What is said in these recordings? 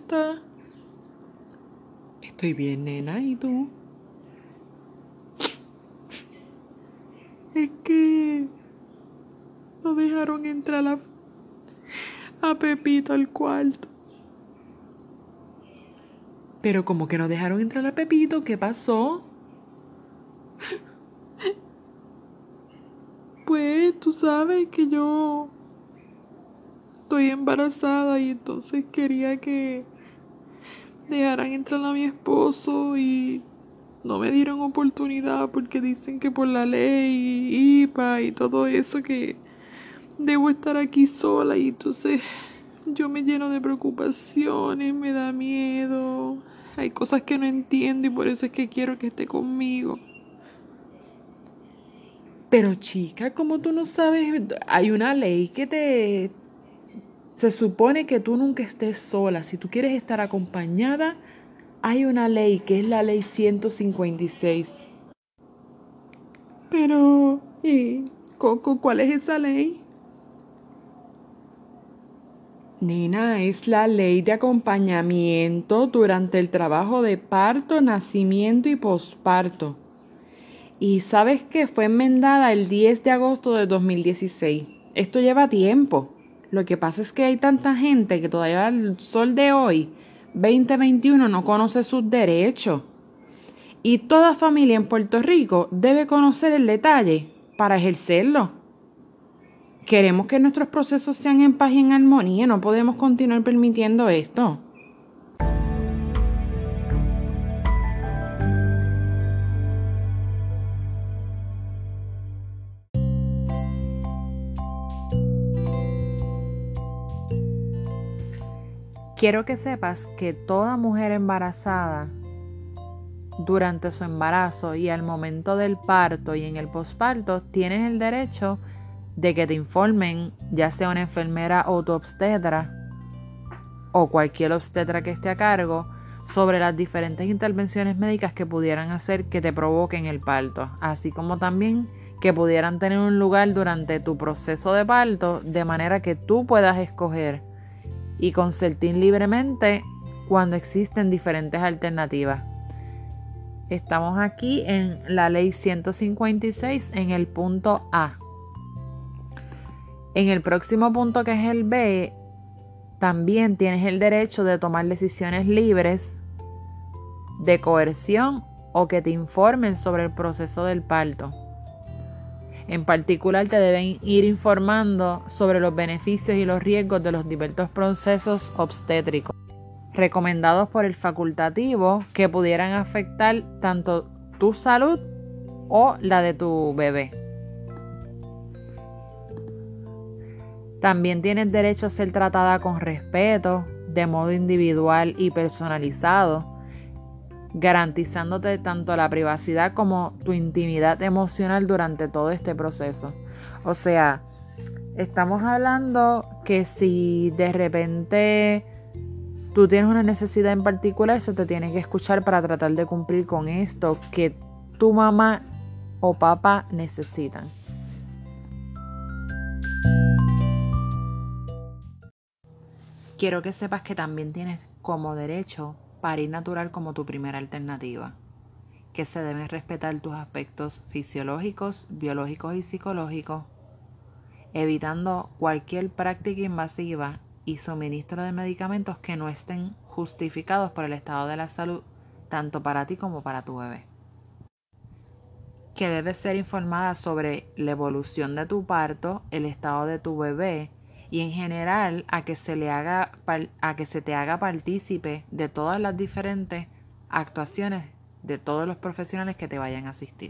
estás? Estoy bien, nena, ¿y tú? Es que no dejaron entrar a Pepito al cuarto. Pero como que no dejaron entrar a Pepito, ¿qué pasó? Pues tú sabes que yo estoy embarazada y entonces quería que dejaran entrar a mi esposo y no me dieron oportunidad porque dicen que por la ley, IPA y todo eso que debo estar aquí sola y entonces yo me lleno de preocupaciones, me da miedo, hay cosas que no entiendo y por eso es que quiero que esté conmigo. Pero chica, como tú no sabes, hay una ley que se supone que tú nunca estés sola. Si tú quieres estar acompañada, hay una ley que es la ley 156. Pero, Coco, ¿cuál es esa ley? Nena, es la ley de acompañamiento durante el trabajo de parto, nacimiento y posparto. Y sabes que fue enmendada el 10 de agosto de 2016. Esto lleva tiempo. Lo que pasa es que hay tanta gente que todavía al sol de hoy, 2021, no conoce sus derechos. Y toda familia en Puerto Rico debe conocer el detalle para ejercerlo. Queremos que nuestros procesos sean en paz y en armonía. No podemos continuar permitiendo esto. Quiero que sepas que toda mujer embarazada, durante su embarazo y al momento del parto y en el posparto, tienes el derecho de que te informen, ya sea una enfermera o tu obstetra o cualquier obstetra que esté a cargo, sobre las diferentes intervenciones médicas que pudieran hacer que te provoquen el parto, así como también que pudieran tener un lugar durante tu proceso de parto, de manera que tú puedas escoger y consentir libremente cuando existen diferentes alternativas. Estamos aquí en la ley 156 en el punto A. En el próximo punto, que es el B, también tienes el derecho de tomar decisiones libres de coerción o que te informen sobre el proceso del parto. En particular, te deben ir informando sobre los beneficios y los riesgos de los diversos procesos obstétricos recomendados por el facultativo que pudieran afectar tanto tu salud o la de tu bebé. También tienes derecho a ser tratada con respeto, de modo individual y personalizado, garantizándote tanto la privacidad como tu intimidad emocional durante todo este proceso. O sea, estamos hablando que si de repente tú tienes una necesidad en particular, se te tiene que escuchar para tratar de cumplir con esto que tu mamá o papá necesitan. Quiero que sepas que también tienes como derecho parir natural como tu primera alternativa, que se deben respetar tus aspectos fisiológicos, biológicos y psicológicos, evitando cualquier práctica invasiva y suministro de medicamentos que no estén justificados por el estado de la salud tanto para ti como para tu bebé. Que debes ser informada sobre la evolución de tu parto, el estado de tu bebé y en general a que se te haga partícipe de todas las diferentes actuaciones de todos los profesionales que te vayan a asistir.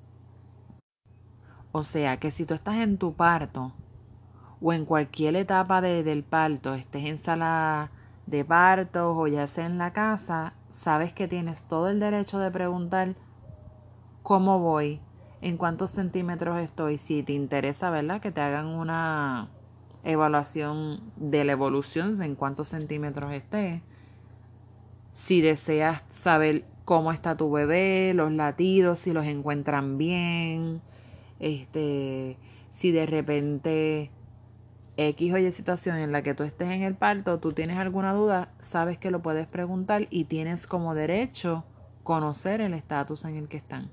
O sea que si tú estás en tu parto o en cualquier etapa del parto, estés en sala de partos o ya sea en la casa, sabes que tienes todo el derecho de preguntar cómo voy, en cuántos centímetros estoy, si te interesa, ¿verdad? Que te hagan una evaluación de la evolución, en cuántos centímetros estés. Si deseas saber cómo está tu bebé, los latidos, si los encuentran bien, si de repente X o Y situación en la que tú estés en el parto, tú tienes alguna duda, sabes que lo puedes preguntar y tienes como derecho conocer el estatus en el que están.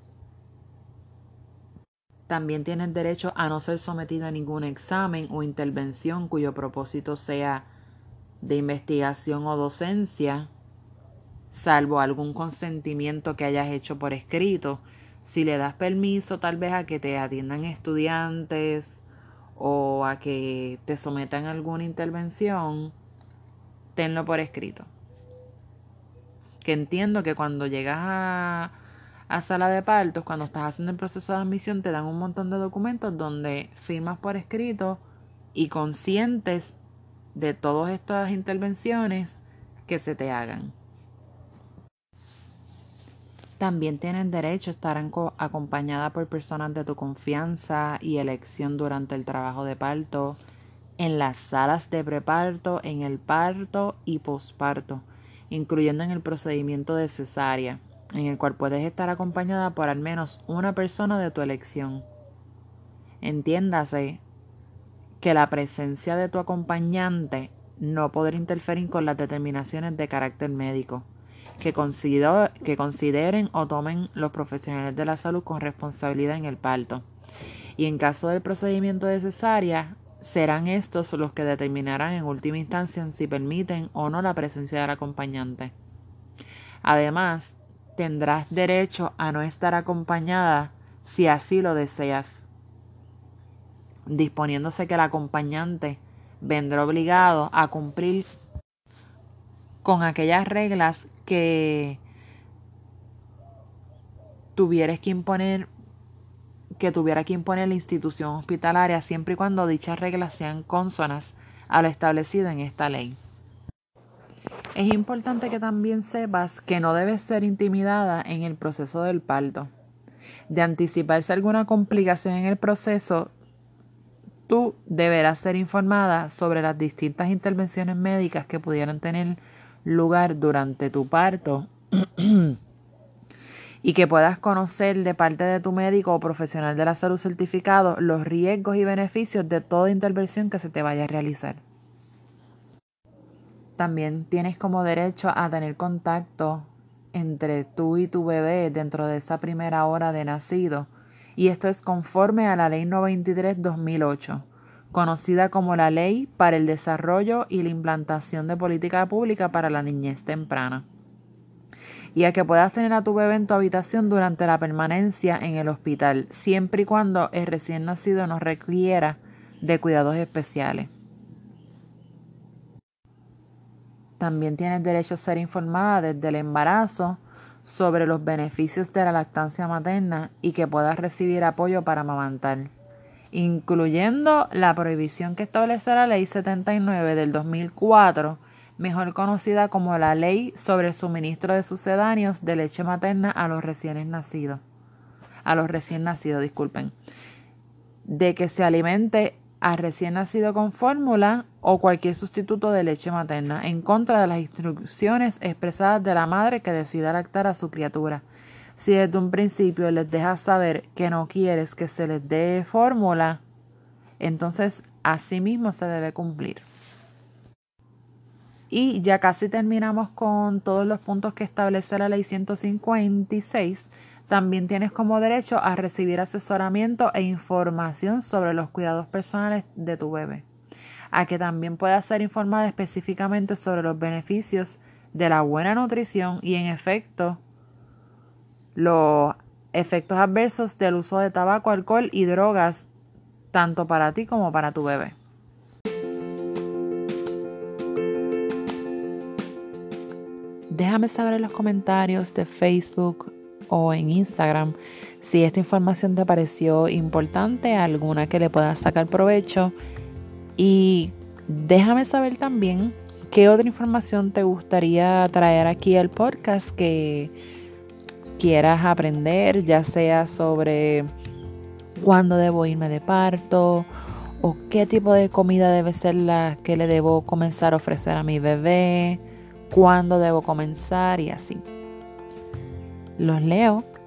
También tienes derecho a no ser sometido a ningún examen o intervención cuyo propósito sea de investigación o docencia, salvo algún consentimiento que hayas hecho por escrito. Si le das permiso tal vez a que te atiendan estudiantes o a que te sometan a alguna intervención, tenlo por escrito. Que entiendo que cuando llegas a sala de partos, cuando estás haciendo el proceso de admisión, te dan un montón de documentos donde firmas por escrito y consientes de todas estas intervenciones que se te hagan. También tienes derecho a estar acompañada por personas de tu confianza y elección durante el trabajo de parto, en las salas de preparto, en el parto y posparto, incluyendo en el procedimiento de cesárea, en el cual puedes estar acompañada por al menos una persona de tu elección. Entiéndase que la presencia de tu acompañante no podrá interferir con las determinaciones de carácter médico que consideren o tomen los profesionales de la salud con responsabilidad en el parto. Y en caso del procedimiento de cesárea, serán estos los que determinarán en última instancia si permiten o no la presencia del acompañante. Además, tendrás derecho a no estar acompañada si así lo deseas, disponiéndose que el acompañante vendrá obligado a cumplir con aquellas reglas que tuviera que imponer la institución hospitalaria, siempre y cuando dichas reglas sean cónsonas a lo establecido en esta ley. Es importante que también sepas que no debes ser intimidada en el proceso del parto. De anticiparse alguna complicación en el proceso, tú deberás ser informada sobre las distintas intervenciones médicas que pudieran tener lugar durante tu parto y que puedas conocer de parte de tu médico o profesional de la salud certificado los riesgos y beneficios de toda intervención que se te vaya a realizar. También tienes como derecho a tener contacto entre tú y tu bebé dentro de esa primera hora de nacido, y esto es conforme a la Ley 93/2008, conocida como la Ley para el Desarrollo y la Implantación de Política Pública para la Niñez Temprana, y a que puedas tener a tu bebé en tu habitación durante la permanencia en el hospital, siempre y cuando el recién nacido no requiera de cuidados especiales. También tienes derecho a ser informada desde el embarazo sobre los beneficios de la lactancia materna y que puedas recibir apoyo para amamantar, incluyendo la prohibición que establece la Ley 79 del 2004, mejor conocida como la Ley sobre el suministro de sucedáneos de leche materna a los recién nacidos, de que se alimente al recién nacido con fórmula o cualquier sustituto de leche materna, en contra de las instrucciones expresadas de la madre que decida lactar a su criatura. Si desde un principio les dejas saber que no quieres que se les dé fórmula, entonces así mismo se debe cumplir. Y ya casi terminamos con todos los puntos que establece la Ley 156. También tienes como derecho a recibir asesoramiento e información sobre los cuidados personales de tu bebé, a que también puedas ser informada específicamente sobre los beneficios de la buena nutrición y en efecto los efectos adversos del uso de tabaco, alcohol y drogas, tanto para ti como para tu bebé. Déjame saber en los comentarios de Facebook o en Instagram si esta información te pareció importante, alguna que le puedas sacar provecho, y déjame saber también qué otra información te gustaría traer aquí al podcast que quieras aprender, ya sea sobre cuándo debo irme de parto o qué tipo de comida debe ser la que le debo comenzar a ofrecer a mi bebé, cuándo debo comenzar y así. Los leo